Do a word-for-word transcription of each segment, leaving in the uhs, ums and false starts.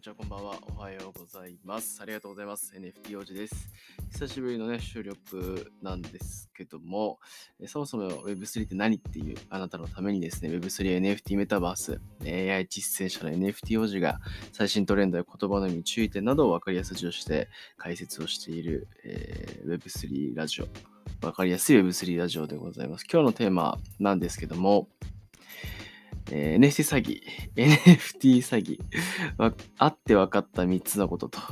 ちは、こんばんは。おはようございます。ありがとうございます。エヌエフティー 王子です。久しぶりのね、収録なんですけども、えそもそも ウェブスリー って何っていうあなたのためにですね、ウェブスリー、エヌエフティー メタバース、エーアイ 実践者の エヌエフティー 王子が最新トレンドや言葉の意味、注意点などを分かりやすくして解説をしている、えー、ウェブスリー ラジオ。分かりやすい ウェブスリー ラジオでございます。今日のテーマなんですけども、えー エヌエフティー 詐欺、エヌエフティー 詐欺、わあって分かったみっつのことと、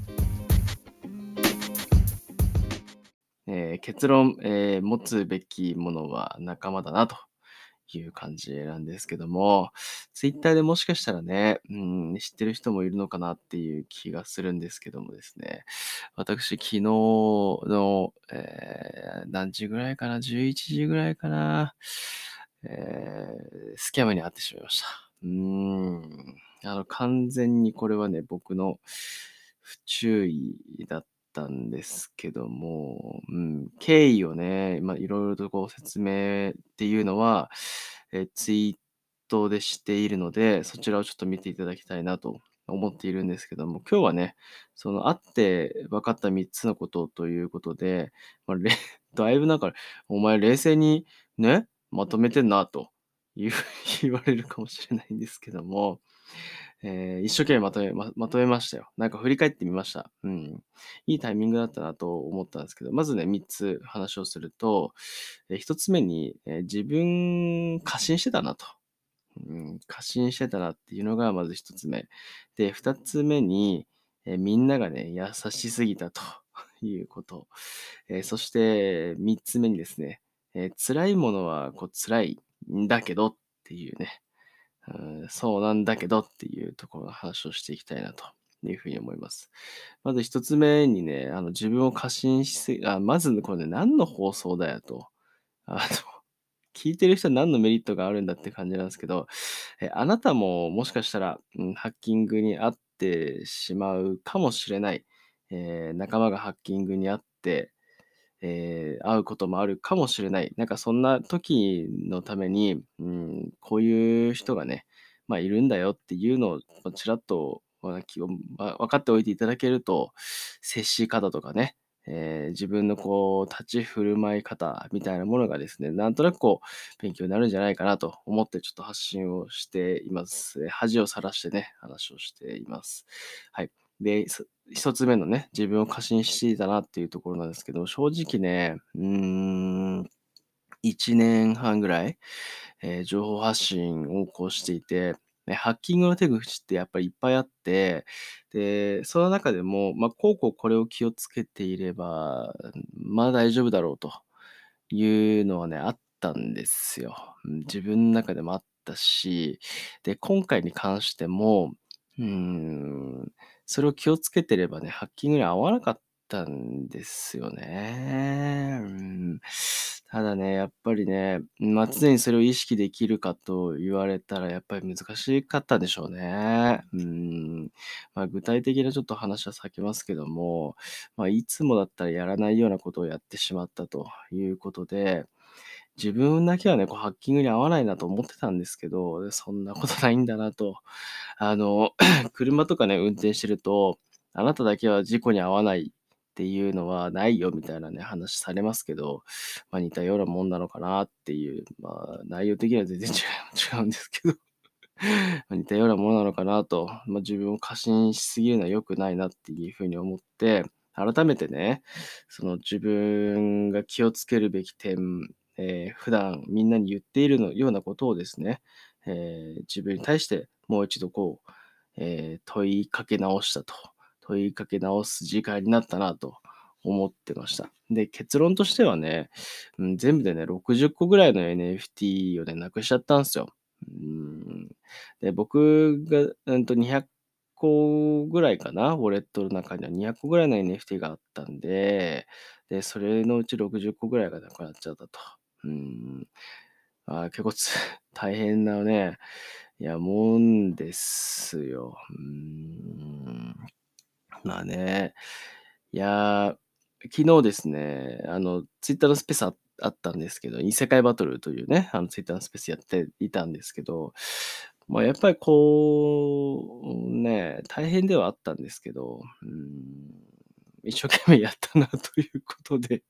えー結論、えー持つべきものは仲間だなという感じなんですけども、ツイッターでもしかしたらね、うん、知ってる人もいるのかなっていう気がするんですけどもですね、私、昨日の、えー何時ぐらいかな、じゅういちじぐらいかな、えースキャムに遭ってしまいました。うーん、あの、完全にこれはね、僕の不注意だったんですけども、うん、経緯をね、まあ、いろいろとこう説明っていうのは、え、ツイートでしているので、そちらをちょっと見ていただきたいなと思っているんですけども、今日はね、その、あって分かったみっつのことということで、まあ、れだいぶなんか、お前冷静にね、まとめてんなという言われるかもしれないんですけども、えー一生懸命まとめままとめましたよ。なんか振り返ってみました。うん。いいタイミングだったなと思ったんですけど、まずね、みっつ話をすると、えーひとつめに、えー自分過信してたなと。うん、過信してたなっていうのがまずひとつめ。で、ふたつめに、えーみんながね、優しすぎたということ。えーそしてみっつめにですね、えー辛いものはこう辛いんだけどっていうね、うん、そうなんだけどっていうところの話をしていきたいなというふうに思います。まず一つ目にね、あの自分を過信しすぎ、あ、まずこれね、何の放送だよと。あの、聞いてる人は何のメリットがあるんだって感じなんですけど、え、あなたももしかしたら、うん、ハッキングに遭ってしまうかもしれない。えー仲間がハッキングに遭って、えー会うこともあるかもしれない。なんかそんな時のために、うん、こういう人がね、まあ、いるんだよっていうのを、ま、ちらっと、まあ、きをま、分かっておいていただけると、接し方とかね、えー自分のこう立ち振る舞い方みたいなものがですね、なんとなくこう勉強になるんじゃないかなと思ってちょっと発信をしています。え、恥をさらしてね、話をしています。はい。で、そ一つ目のね、自分を過信していたなっていうところなんですけど、正直ね、うーん、いちねんはんぐらい、えー情報発信をこうしていて、ね、ハッキングの手口ってやっぱりいっぱいあって、で、その中でも、まあ、こうこうこれを気をつけていれば、まあ大丈夫だろうというのはね、あったんですよ。うん、自分の中でもあったし、で、今回に関しても、うーん、それを気をつけてればね、ハッキングに合わなかったんですよね。うん。ただね、やっぱりね、まあ、常にそれを意識できるかと言われたら、やっぱり難しかったでしょうね。うん。まあ、具体的なちょっと話は避けますけども、まあ、いつもだったらやらないようなことをやってしまったということで、自分だけはね、こうハッキングに合わないなと思ってたんですけど、そんなことないんだなと。あの、車とかね、運転してると、あなただけは事故に遭わないっていうのはないよみたいなね、話されますけど、まあ似たようなもんなのかなっていう、まあ内容的には全然違う違うんですけど、まあ似たようなものなのかなと、まあ自分を過信しすぎるのは良くないなっていうふうに思って、改めてね、その自分が気をつけるべき点、えー普段みんなに言っているのようなことをですね、えー自分に対してもう一度こう、えー問いかけ直したと。問いかけ直す時間になったなと思ってました。で、結論としてはね、うん、全部でね、ろくじゅっこぐらいの エヌエフティー をね、なくしちゃったんですよ。うん。で、僕が、うんとにひゃっこぐらいかな、ウォレットの中にはにひゃっこぐらいの エヌエフティー があったんで、で、それのうちろくじゅっこぐらいがなくなっちゃったと。うん。あー結構つ大変なね、いや、もんですよ。うーん。まあね。いや、昨日ですね、あの、ツイッターのスペースああったんですけど、異世界バトルというね、あの、ツイッターのスペースやっていたんですけど、 まあ、やっぱりこう、ね、大変ではあったんですけど、うーん、一生懸命やったなということで。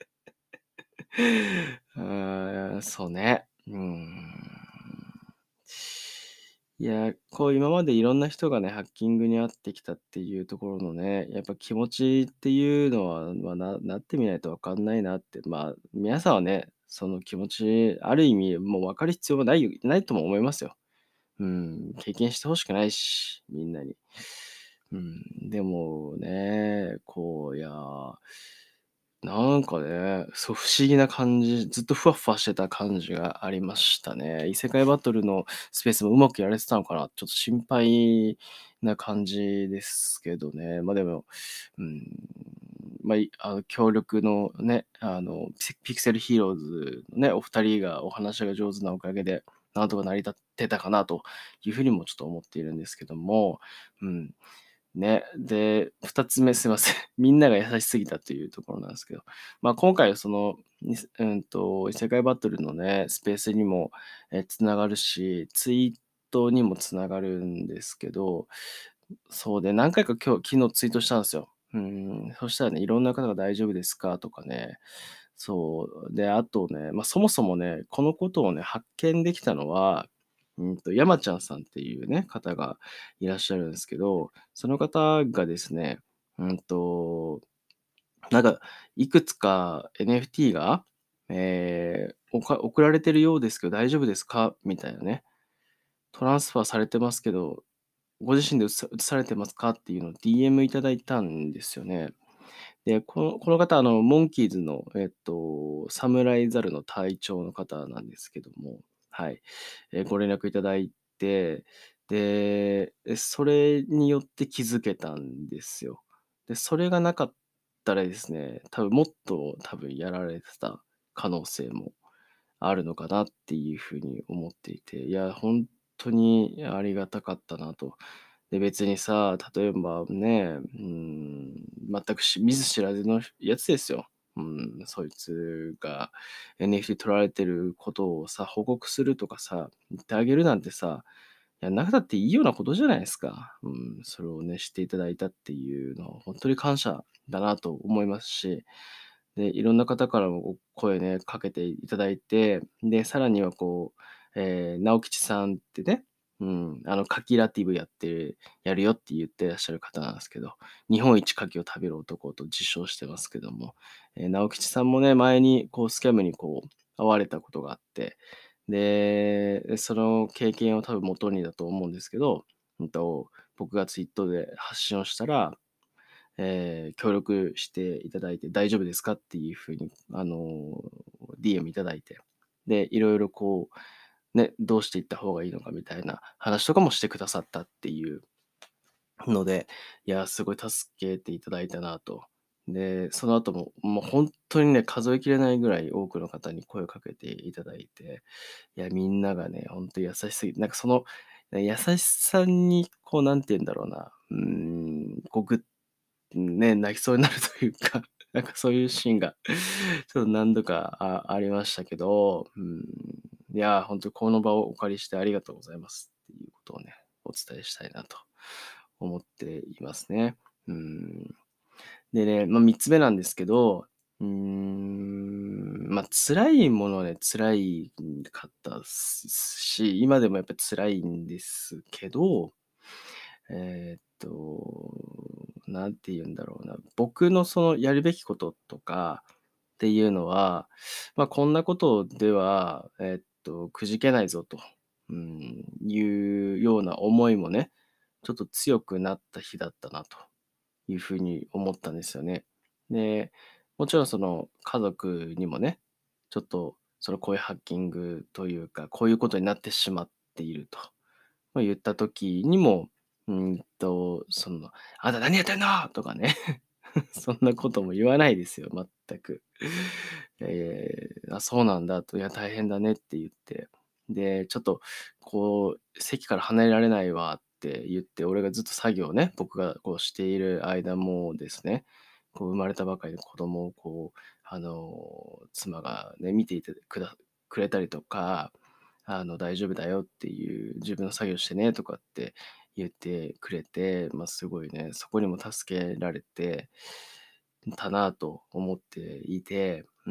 うーん、そうね。うーん。いや、こう今までいろんな人がね、ハッキングに遭ってきたっていうところのね、やっぱ気持ちっていうのは、まあ、ななってみないと分かんないなって、まあ、皆さんはね、その気持ち、ある意味もう分かる必要はないよないとも思いますよ。うん、経験して欲しくないし、みんなに。うん、でもね、こう、いや、なんかね、そう、不思議な感じ、ずっとふわふわしてた感じがありましたね。異世界バトルのスペースもうまくやれてたのかな、ちょっと心配な感じですけどね。ま、でも、うん、ま、いあの、協力のね、あの、ピセピクセルヒーローズのね、お二人がお話が上手なおかげで、なんとか成り立ってたかなというふうにもちょっと思っているんですけども、うん。ね、で、ふたつめすいません。みんなが優しすぎたというところなんですけど、ま、今回はその、にせうんと、異世界バトルのね、スペースにも、え、繋がるし、ツイートにも繋がるんですけど、そうで、何回か今日昨日ツイートしたんすよ。うん、そしたらね、いろんな方が「大丈夫ですか？」とかね、そう、で、あとね、ま、そもそもね、このことをね、発見できたのは、うんと、山ちゃんさんっていうね、方がいらっしゃるんですけど、その方がですね、うんと、なんか、いくつか エヌエフティー が、ええ、おか送られてるようですけど大丈夫ですか？みたいなね。トランスファーされてますけど、ご自身でうつ移されてますか？っていうのを ディーエム いただいたんですよね。で、このこの方、あの、モンキーズの、えっと、サムライザルの隊長の方なんですけども、はい。え、ご連絡いただいて、で、え、それによって気づけたんですよ。で、それがなかったらですね、多分もっと多分やられてた可能性もあるのかなっていうふうに思っていて、いや、ほんとにありがたかったなと。で、別にさ、例えばね、うーん、全くし見ず知らずのやつですよ。うん、そいつが エヌエフティー 取られてることをさ、報告するとかさ、言ってあげるなんてさ、やんなくたっていいようなことじゃないですか。うん、それをね、していただいたっていうのはほんとに感謝だなと思いますし、で、いろんな方からもお声ね、かけていただいて、で、さらにはこう、ええ、直吉さんってね、うん、あの、カキラティブやってやるよって言ってらっしゃる方なんすけど、日本一牡蠣を食べる男と自称してますけども、え、直吉さんもね、前にこうスキャムにこう遭われたことがあって、で、え、その経験を多分もとにだと思うんですけど、うんと、僕がツイートで発信をしたら、ええ、協力していただいて「大丈夫ですか？」っていう風に、あの、ディーエム いただいて、で、色々こう、ね、どうしていった方がいいのかみたいな話とかもしてくださったっていうので、いや、すごい助けていただいたなと。で、その後も、もうほんとにね、数えきれないぐらい多くの方に声をかけていただいて、いや、みんながね、ほんと優しすぎて、なんかその、え、優しさにこう、何て言うんだろうな、うーん、こう、ぐっね、泣きそうになるというか、なんかそういうシーンがちょっと何度か、あありましたけど、うん、いや、ほんとこの場をお借りしてありがとうございますっていうことをね、お伝えしたいなと思っていますね。うん。でね、ま、みっつめなんですけど、うーん、ま、辛いものはね、辛いんかったすし、今でもやっぱ辛いんですけど、えっと、何て言うんだろうな、僕のそのやるべきこととかっていうのは、ま、こんなことでは、えっと、くじけないぞと、うん、いうような思いもね、ちょっと強くなった日だったなという風に思ったんですよね。で、もちろんその家族にもね、ちょっとそのこういうハッキングというか、こういうことになってしまっていると、ま、言った時にも、うんと、その「あんた何やってんの！」とかね、そんなことも言わないですよ、全く。ええ、「あ、そうなんだ」と、「いや、大変だね」って言って、で、ちょっとこう「席から離れられないわ」って言って、俺がずっと作業をね、僕がこうしている間もですね、こう生まれたばかりの子供をこう、あの、妻がね、見ていてくだくれたりとか、 あの、大丈夫だよっていう、自分の作業してねとかって言ってくれて、まあ、すごいね、そこにも助けられてたなと思っていて、うん、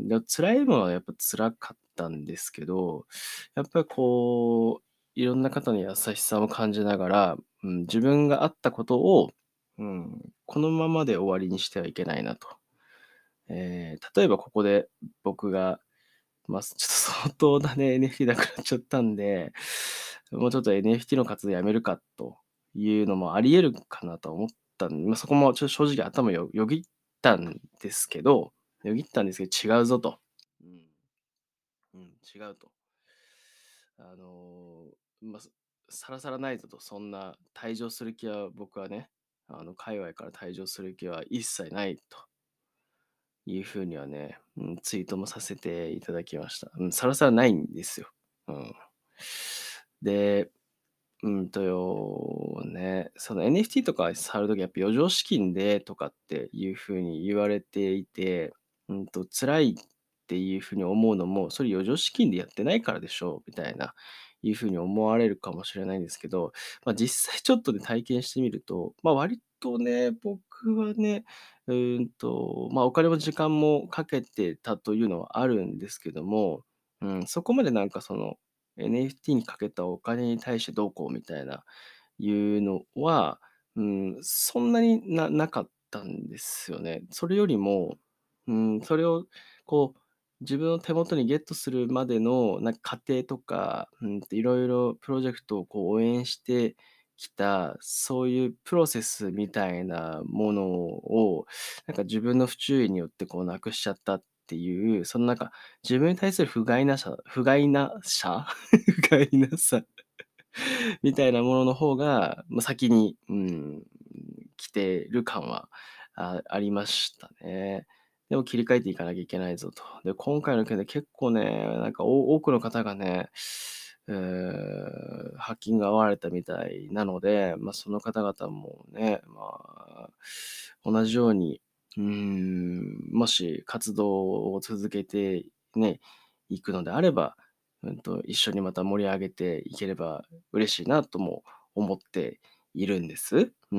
で辛いのはやっぱ辛かったんですけど、やっぱりこう、いろんな方の優しさを感じながら、うん、自分があったことを、うん、このままで終わりにしてはいけないなと。えー例えばここで僕が、まあ、ちょっと相当なね、エヌエフティー なくなっちゃったんで、もうちょっと エヌエフティー の活動やめるかというのもあり得るかなと思ったんで、まあ、そこもちょっと正直頭よよぎったんですけど、よぎったんですけど、違うぞと。うん、うん、違うと。あのーまあ、さらさらないぞと、そんな退場する気は僕はね、あの、界隈から退場する気は一切ないと。いうふうにはね、うん、ツイートもさせていただきました。うん、さらさらないんですよ。うん。で、うんとよ、ね、その エヌエフティー とか触るときやっぱ余剰資金でとかっていうふうに言われていて、うんと、辛いっていうふうに思うのも、それ余剰資金でやってないからでしょう、みたいな、いうふうに思われるかもしれないんですけど、まあ実際ちょっとで体験してみると、まあ割とね、僕はね、うーんと、まあお金も時間もかけてたというのはあるんですけども、うん、そこまでなんかその エヌエフティー にかけたお金に対してどうこうみたいないうのは、うん、そんなにななかったんですよね。それよりも、うん、それをこう自分の手元にゲットするまでのなんか過程とか、うんと、いろいろプロジェクトをこう応援してきた、そういうプロセスみたいなものを、なんか自分の不注意によってこうなくしちゃったっていう、そのなんか自分に対する不甲斐なさ不甲斐なさ不甲斐なさみたいなものの方が、ま、先に、うん、来てる感は、あありましたね。でも切り替えていかなきゃいけないぞと。で、今回の件で結構ね、なんかお多くの方がね、えーハッキング遭われたみたいなので、ま、その方々もね、まあ、同じように、うーん、もし活動を続けてね、いくのであれば、うんと、一緒にまた盛り上げていければ嬉しいなとも思っているんです。うん。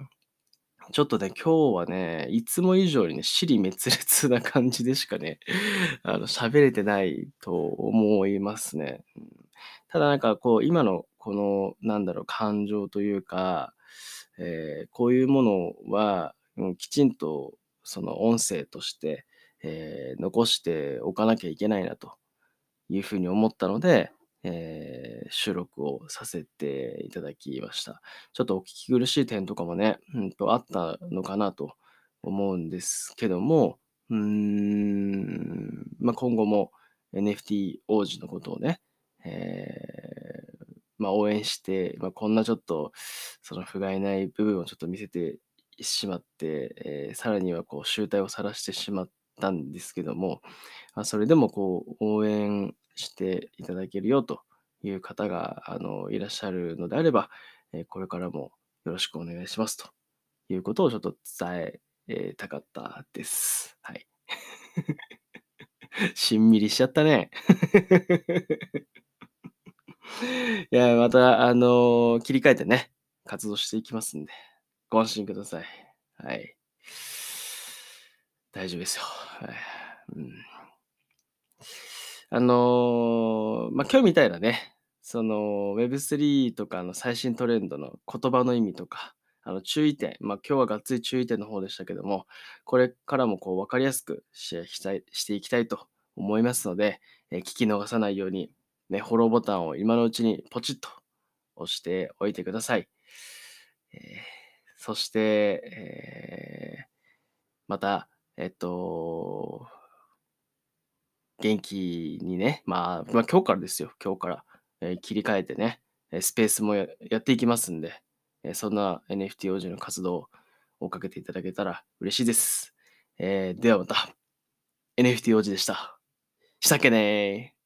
ちょっとね、今日はね、いつも以上にね、支離滅裂な感じでしかね、あの、喋れてないと思いますね。うん、ただなんかこう、今のこの、なんだろう、感情というか、えーこういうものは、うん、きちんとその音声として、えー残しておかなきゃいけないなというふうに思ったので、えー収録をさせていただきました。ちょっとお聞き苦しい点とかもね、うんとあったのかなと思うんですけども、うーん、まあ、今後も エヌエフティー 王子のことをね、えーまあ、応援して、まあ、こんなちょっとその不甲斐ない部分をちょっと見せてしまって、えーさらにはこう醜態を晒してしまったんですけども、あ、それでもこう応援していただけるよという方が、あの、いらっしゃるのであれば、え、これからもよろしくお願いしますということをちょっと伝ええーたかったです。はい。しんみりしちゃったね。いや、また、あの、切り替えてね、活動していきますんで、ご安心ください。はい。大丈夫ですよ。はい。うん。あの、ま、今日みたいなね、その ウェブスリー とかの最新トレンドの言葉の意味とか、あの注意点、ま、今日はがっつり注意点の方でしたけども、これからもこう分かりやすくシェアしたいしていきたいと思いますので、え、聞き逃さないように、ね、フォローボタンを今のうちにポチッと押しておいてください。えーそして、えーまた、えっと元気にね、まあ、まあ、今日からですよ、今日から、えー切り替えてね、え、スペースもややっていきますんで、え、そんな エヌエフティー 王子の活動を追っかけていただけたら嬉しいです。えーではまた、エヌエフティー 王子でした。したっけねー。